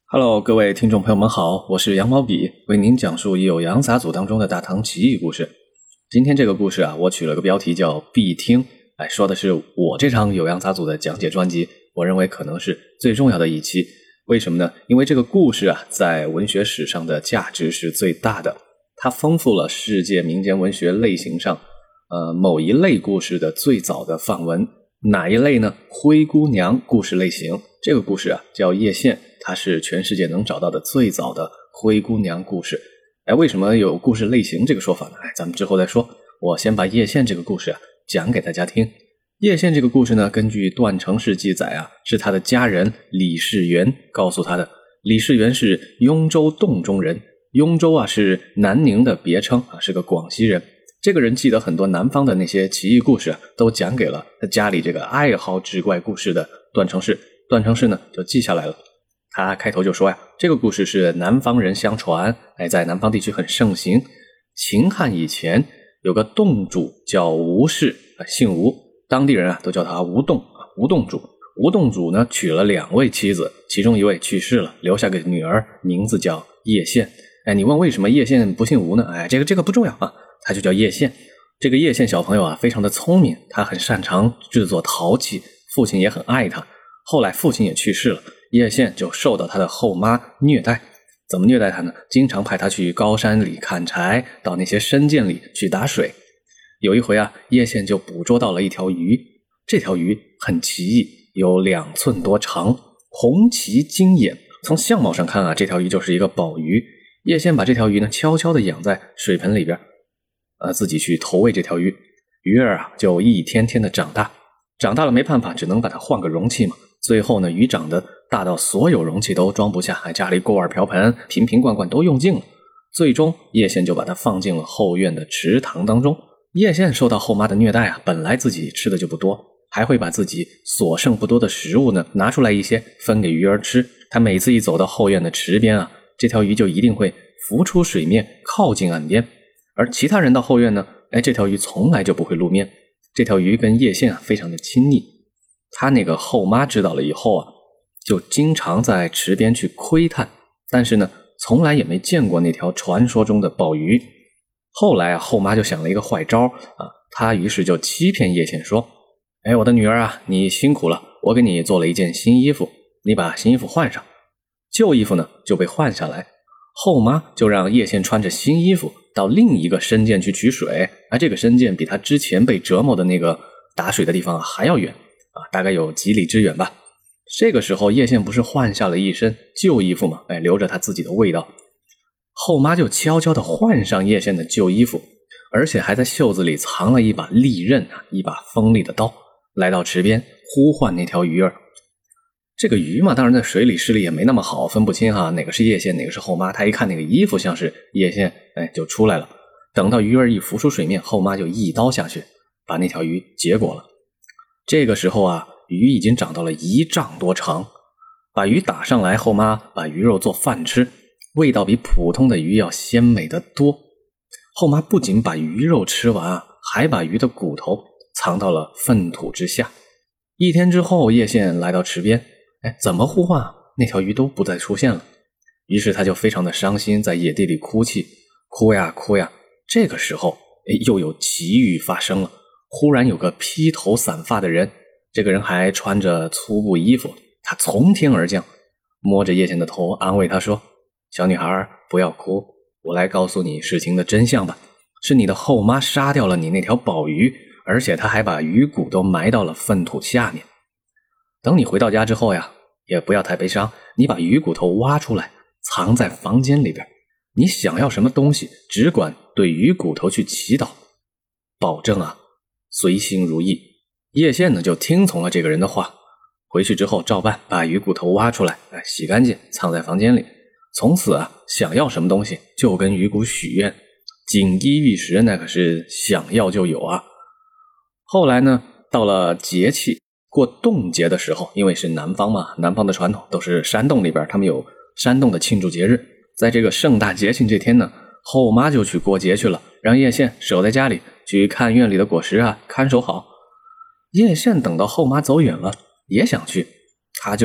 Hello，各位听众朋友们好，我是羊毛笔，为您讲述酉阳杂俎当中的大唐奇异故事。今天这个故事啊，我取了个标题叫必听，说的是我这场酉阳杂俎的讲解专辑，我认为可能是最重要的一期。为什么呢？因为这个故事啊，在文学史上的价值是最大的，它丰富了世界民间文学类型上某一类故事的最早的范文。哪一类呢？灰姑娘故事类型。这个故事啊叫叶县，它是全世界能找到的最早的灰姑娘故事。为什么有故事类型这个说法呢？咱们之后再说。我先把叶县这个故事啊讲给大家听。叶县这个故事呢，根据段成式记载啊，是他的家人李世元告诉他的。李世元是雍州洞中人，雍州啊是南宁的别称啊，是个广西人。这个人记得很多南方的那些奇异故事都讲给了他家里这个爱好志怪故事的段成式。段成式呢就记下来了。他开头就说呀，这个故事是南方人相传，在南方地区很盛行。秦汉以前有个洞主叫吴氏，姓吴，当地人啊都叫他吴洞，吴洞主。吴洞主呢娶了2位妻子，其中一位去世了，留下个女儿，名字叫叶县。你问为什么叶县不姓吴呢？这个不重要啊，他就叫叶县。这个叶县小朋友啊非常的聪明，他很擅长制作陶器，父亲也很爱他。后来父亲也去世了，叶县就受到他的后妈虐待。怎么虐待他呢？经常派他去高山里砍柴，到那些深涧里去打水。有一回啊，叶县就捕捉到了一条鱼，这条鱼很奇异，有2寸多长，红鳍金眼。从相貌上看啊，这条鱼就是一个宝鱼。叶县把这条鱼呢悄悄地养在水盆里边，自己去投喂这条鱼。鱼儿啊就一天天的长大，长大了没办法，只能把它换个容器嘛。最后呢，鱼长得大到所有容器都装不下，家里锅碗瓢盆瓶瓶罐罐都用尽了。最终叶县就把它放进了后院的池塘当中。叶县受到后妈的虐待啊，本来自己吃的就不多，还会把自己所剩不多的食物呢拿出来一些分给鱼儿吃。他每次一走到后院的池边啊，这条鱼就一定会浮出水面靠近岸边，而其他人到后院呢，这条鱼从来就不会露面。这条鱼跟叶县啊非常的亲昵。他那个后妈知道了以后啊，就经常在池边去窥探，但是呢从来也没见过那条传说中的宝鱼。后来啊，后妈就想了一个坏招啊，她于是就欺骗叶县说，我的女儿啊，你辛苦了，我给你做了一件新衣服，你把新衣服换上。旧衣服呢就被换下来，后妈就让叶县穿着新衣服到另一个深涧去取水，这个深涧比他之前被折磨的那个打水的地方还要远大概有几里之远吧。这个时候叶县不是换下了一身旧衣服吗？留着他自己的味道。后妈就悄悄地换上叶县的旧衣服，而且还在袖子里藏了一把利刃一把锋利的刀，来到池边呼唤那条鱼儿。这个鱼嘛，当然在水里视力也没那么好，分不清哪个是叶县哪个是后妈。他一看那个衣服像是叶县，就出来了。等到鱼儿一浮出水面，后妈就一刀下去把那条鱼结果了。这个时候啊，鱼已经长到了1丈多长，把鱼打上来，后妈把鱼肉做饭吃，味道比普通的鱼要鲜美得多。后妈不仅把鱼肉吃完，还把鱼的骨头藏到了粪土之下。1天之后，叶县来到池边，怎么呼唤那条鱼都不再出现了。于是他就非常的伤心，在野地里哭泣，哭呀哭呀。这个时候又有奇遇发生了。忽然有个披头散发的人，这个人还穿着粗布衣服，他从天而降，摸着叶县的头，安慰他说，小女孩不要哭，我来告诉你事情的真相吧，是你的后妈杀掉了你那条宝鱼，而且她还把鱼骨都埋到了粪土下面。等你回到家之后呀，也不要太悲伤，你把鱼骨头挖出来藏在房间里边，你想要什么东西只管对鱼骨头去祈祷，保证随心如意。叶县呢就听从了这个人的话，回去之后照办，把鱼骨头挖出来，洗干净藏在房间里。从此想要什么东西就跟鱼骨许愿，锦衣玉食，那可是想要就有啊。后来呢，到了节气过冻节的时候，因为是南方嘛，南方的传统都是山洞里边，他们有山洞的庆祝节日。在这个盛大节庆这天呢，后妈就去过节去了，让叶县守在家里去看院里的果实看守好。叶县等到后妈走远了也想去，他就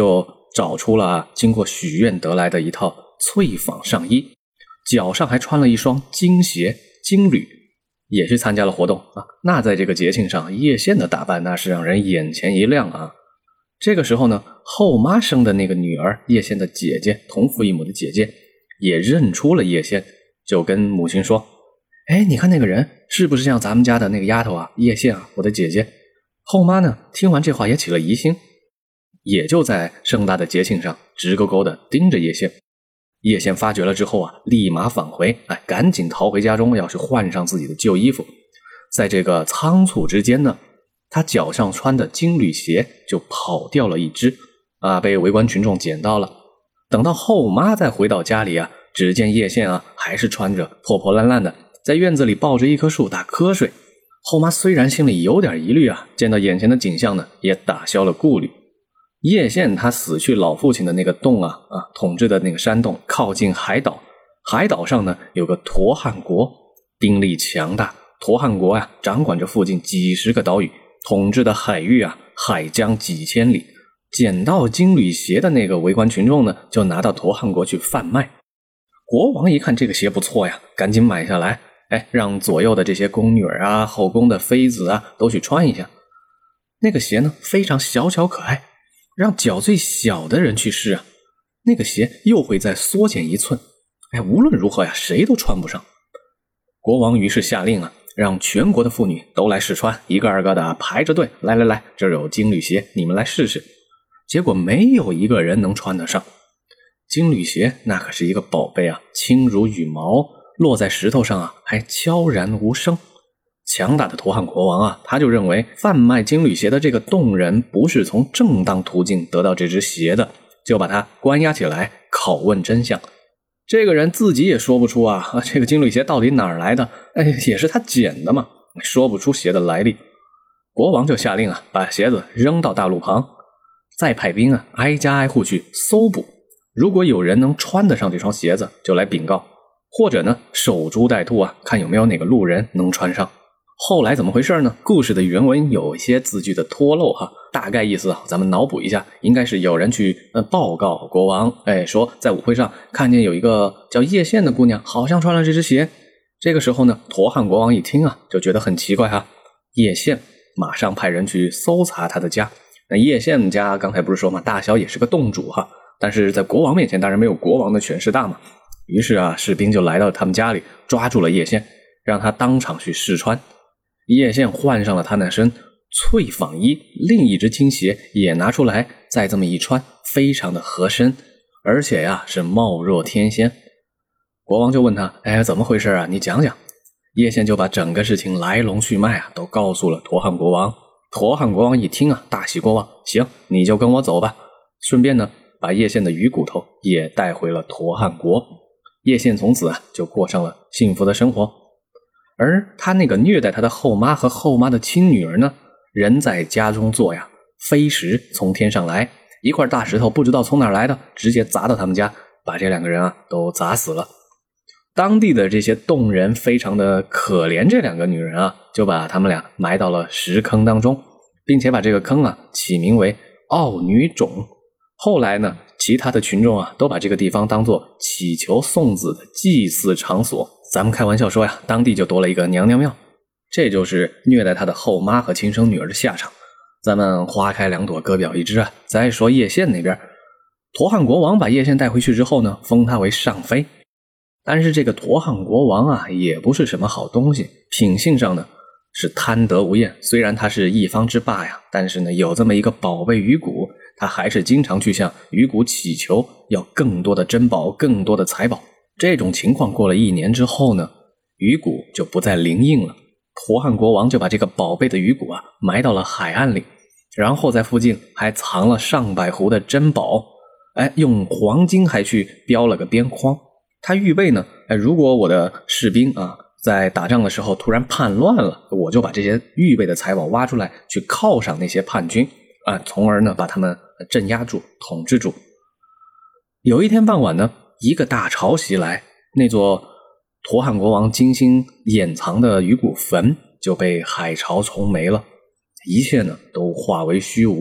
找出了经过许愿得来的一套翠纺上衣，脚上还穿了一双金鞋金履，也去参加了活动啊。那在这个节庆上，叶县的打扮那是让人眼前一亮啊。这个时候呢，后妈生的那个女儿，叶县的姐姐，同父异母的姐姐，也认出了叶县，就跟母亲说：哎，你看那个人是不是像咱们家的那个丫头啊，叶县啊，我的姐姐。后妈呢，听完这话也起了疑心，也就在盛大的节庆上直勾勾的盯着叶县。叶县发觉了之后啊，立马返回，赶紧逃回家中，要去换上自己的旧衣服。在这个仓促之间呢，他脚上穿的金缕鞋就跑掉了一只啊，被围观群众捡到了。等到后妈再回到家里啊，只见叶县啊还是穿着破破烂烂的，在院子里抱着一棵树打瞌睡。后妈虽然心里有点疑虑啊，见到眼前的景象呢，也打消了顾虑。叶县他死去老父亲的那个洞啊，统治的那个山洞靠近海岛，海岛上呢有个陀汉国，兵力强大。陀汉国啊掌管着附近几十个岛屿，统治的海域啊海疆几千里。捡到金缕鞋的那个围观群众呢，就拿到陀汉国去贩卖。国王一看这个鞋不错呀，赶紧买下来，让左右的这些宫女啊、后宫的妃子啊都去穿一下。那个鞋呢非常小巧可爱，让脚最小的人去试啊，那个鞋又会再缩减1寸。无论如何呀，谁都穿不上。国王于是下令啊，让全国的妇女都来试穿，一个二个的排着队，来，这儿有金缕鞋，你们来试试。结果没有一个人能穿得上。金缕鞋那可是一个宝贝啊，轻如羽毛，落在石头上啊还悄然无声。强大的陀汉国王啊，他就认为贩卖金缕鞋的这个洞人不是从正当途径得到这只鞋的，就把他关押起来拷问真相。这个人自己也说不出啊，这个金缕鞋到底哪儿来的，也是他捡的嘛，说不出鞋的来历。国王就下令啊，把鞋子扔到大路旁，再派兵啊挨家挨户去搜捕，如果有人能穿得上这双鞋子就来禀告，或者呢守株待兔啊，看有没有哪个路人能穿上。后来怎么回事呢？故事的原文有一些字句的脱漏哈，大概意思咱们脑补一下，应该是有人去报告国王，说在舞会上看见有一个叫叶县的姑娘，好像穿了这只鞋。这个时候呢，陀汉国王一听啊，就觉得很奇怪哈。叶县马上派人去搜查他的家。那叶县家刚才不是说嘛，大小也是个洞主哈，但是在国王面前当然没有国王的权势大嘛。于是啊，士兵就来到他们家里，抓住了叶县，让他当场去试穿。叶县换上了他那身翠纺衣，另一只金鞋也拿出来，再这么一穿，非常的合身，而且呀是貌若天仙。国王就问他，怎么回事啊？你讲讲。叶县就把整个事情来龙去脉啊都告诉了陀汉国王。陀汉国王一听啊，大喜过望，行，你就跟我走吧。顺便呢，把叶县的鱼骨头也带回了陀汉国。叶县从此啊就过上了幸福的生活。而他那个虐待他的后妈和后妈的亲女儿呢，人在家中坐呀，飞石从天上来，一块大石头不知道从哪儿来的，直接砸到他们家，把这两个人啊都砸死了。当地的这些洞人非常的可怜这两个女人啊，就把他们俩埋到了石坑当中，并且把这个坑啊起名为傲女冢。后来呢，其他的群众啊都把这个地方当作祈求送子的祭祀场所。咱们开玩笑说呀，当地就多了一个娘娘庙。这就是虐待他的后妈和亲生女儿的下场。咱们花开两朵，各表一枝啊。再说叶县那边，陀汉国王把叶县带回去之后呢，封他为上妃。但是这个陀汉国王啊，也不是什么好东西，品性上呢是贪得无厌。虽然他是一方之霸呀，但是呢有这么一个宝贝鱼骨，他还是经常去向鱼骨祈求，要更多的珍宝，更多的财宝。这种情况过了1年之后呢，鱼骨就不再灵应了。陀汉国王就把这个宝贝的鱼骨啊埋到了海岸里，然后在附近还藏了上百壶的珍宝，用黄金还去标了个边框。他预备呢，如果我的士兵啊在打仗的时候突然叛乱了，我就把这些预备的财宝挖出来，去犒赏那些叛军啊，从而呢把他们镇压住，统治住。有一天傍晚呢，一个大潮袭来，那座陀汉国王精心掩藏的鱼骨坟就被海潮冲没了，一切呢都化为虚无。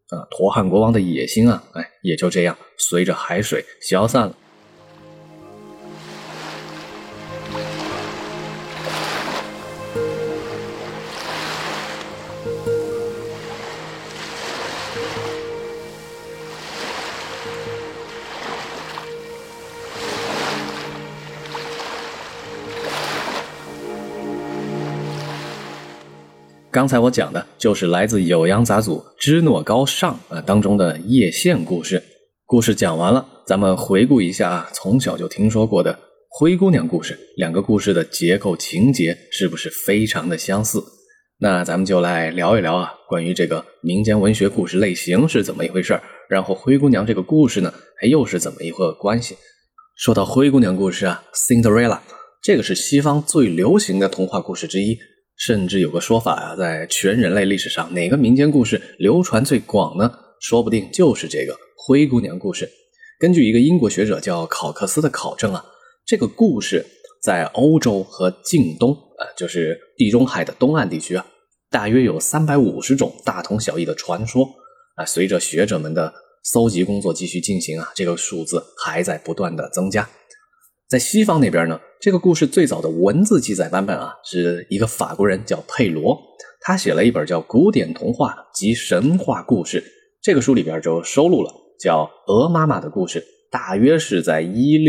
陀汉国王的野心啊，也就这样随着海水消散了。刚才我讲的就是来自《酉阳杂俎·支诺高上》当中的叶县故事。故事讲完了，咱们回顾一下从小就听说过的灰姑娘故事，两个故事的结构情节是不是非常的相似？那咱们就来聊一聊关于这个民间文学故事类型是怎么一回事，然后灰姑娘这个故事呢，又是怎么一个关系？说到灰姑娘故事Cinderella， 这个是西方最流行的童话故事之一。甚至有个说法在全人类历史上哪个民间故事流传最广呢？说不定就是这个灰姑娘故事。根据一个英国学者叫考克斯的考证这个故事在欧洲和近东就是地中海的东岸地区大约有350种大同小异的传说随着学者们的搜集工作继续进行这个数字还在不断的增加。在西方那边呢，这个故事最早的文字记载版本是一个法国人叫佩罗，他写了一本叫《古典童话及神话故事》，这个书里边就收录了叫鹅妈妈的故事，大约是在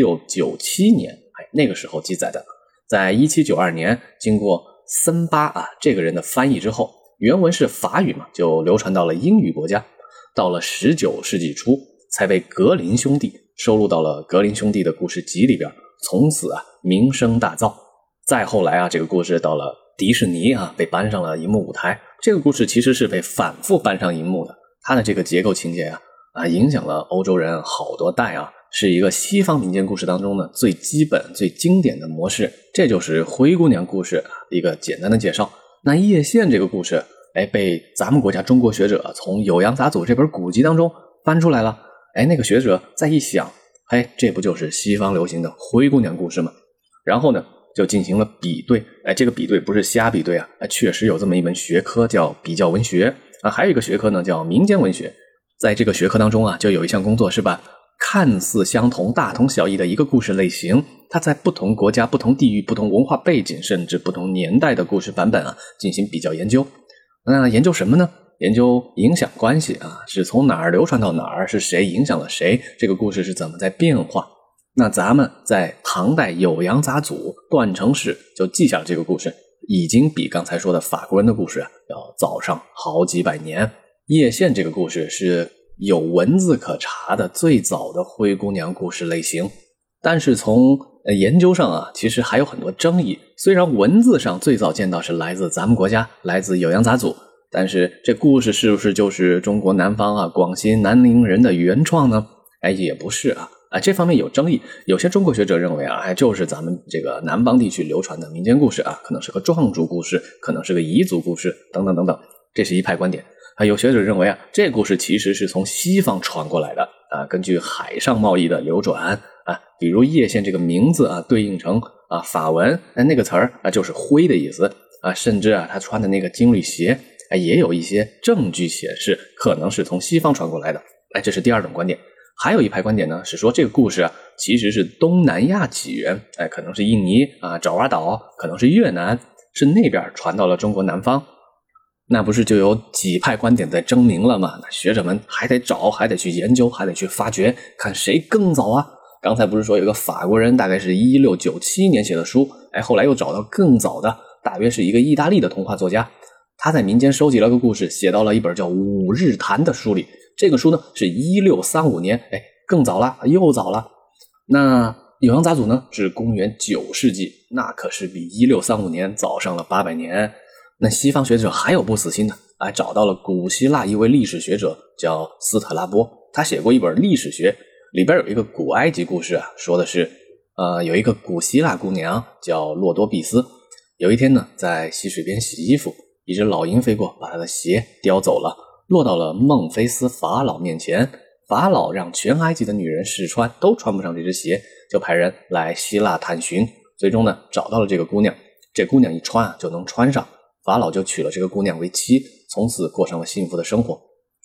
1697年那个时候记载的。在1792年经过森巴这个人的翻译之后，原文是法语就流传到了英语国家，到了19世纪初才被格林兄弟收录到了格林兄弟的故事集里边，从此名声大噪。再后来这个故事到了迪士尼被搬上了荧幕舞台。这个故事其实是被反复搬上荧幕的，它的这个结构情节影响了欧洲人好多代是一个西方民间故事当中呢最基本最经典的模式。这就是灰姑娘故事一个简单的介绍。那叶县这个故事被咱们国家中国学者从《酉阳杂俎》这本古籍当中翻出来了。那个学者再一想，这不就是西方流行的灰姑娘故事吗？然后呢就进行了比对。这个比对不是瞎比对确实有这么一门学科叫比较文学还有一个学科呢叫民间文学。在这个学科当中就有一项工作是把看似相同大同小异的一个故事类型，它在不同国家不同地域不同文化背景甚至不同年代的故事版本进行比较研究。那研究什么呢？研究影响关系是从哪儿流传到哪儿，是谁影响了谁，这个故事是怎么在变化。那咱们在唐代《酉阳杂俎》段成式就记下了这个故事，已经比刚才说的法国人的故事要早上好几百年。叶县这个故事是有文字可查的最早的灰姑娘故事类型，但是从研究上其实还有很多争议。虽然文字上最早见到是来自咱们国家，来自《酉阳杂俎》，但是这故事是不是就是中国南方广西南宁人的原创呢？也不是这方面有争议。有些中国学者认为就是咱们这个南方地区流传的民间故事可能是个壮族故事，可能是个彝族故事等等等等，这是一派观点。有学者认为这故事其实是从西方传过来的根据海上贸易的流转比如叶县这个名字对应成法文那个词儿就是灰的意思甚至他穿的那个金缕鞋也有一些证据显示可能是从西方传过来的。这是第二种观点。还有一派观点呢是说这个故事其实是东南亚起源可能是印尼爪哇岛，可能是越南，是那边传到了中国南方。那不是就有几派观点在争鸣了吗？那学者们还得找，还得去研究，还得去发掘，看谁更早刚才不是说有个法国人大概是1697年写的书后来又找到更早的，大约是一个意大利的童话作家，他在民间收集了个故事，写到了一本叫《五日谈》的书里。这个书呢是1635年，更早了，又早了。那《酉阳杂俎》呢是公元9世纪，那可是比1635年早上了800年。那西方学者还有不死心的找到了古希腊一位历史学者叫斯特拉波，他写过一本历史学，里边有一个古埃及故事说的是有一个古希腊姑娘叫洛多比斯，有一天呢在溪水边洗衣服，一只老鹰飞过，把她的鞋叼走了，落到了孟菲斯法老面前。法老让全埃及的女人试穿，都穿不上这只鞋，就派人来希腊探寻，最终呢找到了这个姑娘。这姑娘一穿就能穿上，法老就娶了这个姑娘为妻，从此过上了幸福的生活。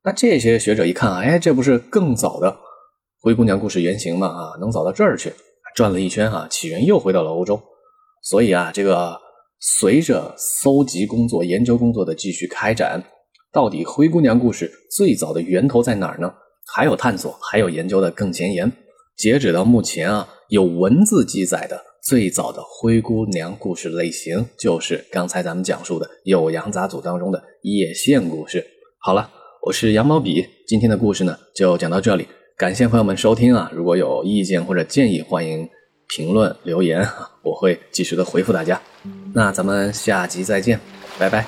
那这些学者一看，哎，这不是更早的灰姑娘故事原型吗？能早到这儿去，转了一圈起源又回到了欧洲。所以这个随着搜集工作、研究工作的继续开展，到底灰姑娘故事最早的源头在哪儿呢？还有探索，还有研究的更前沿。截止到目前有文字记载的最早的灰姑娘故事类型，就是刚才咱们讲述的《酉阳杂俎》当中的叶县故事。好了，我是羊毛笔，今天的故事呢就讲到这里，感谢朋友们收听如果有意见或者建议，欢迎评论留言，我会及时的回复大家。那咱们下集再见，拜拜。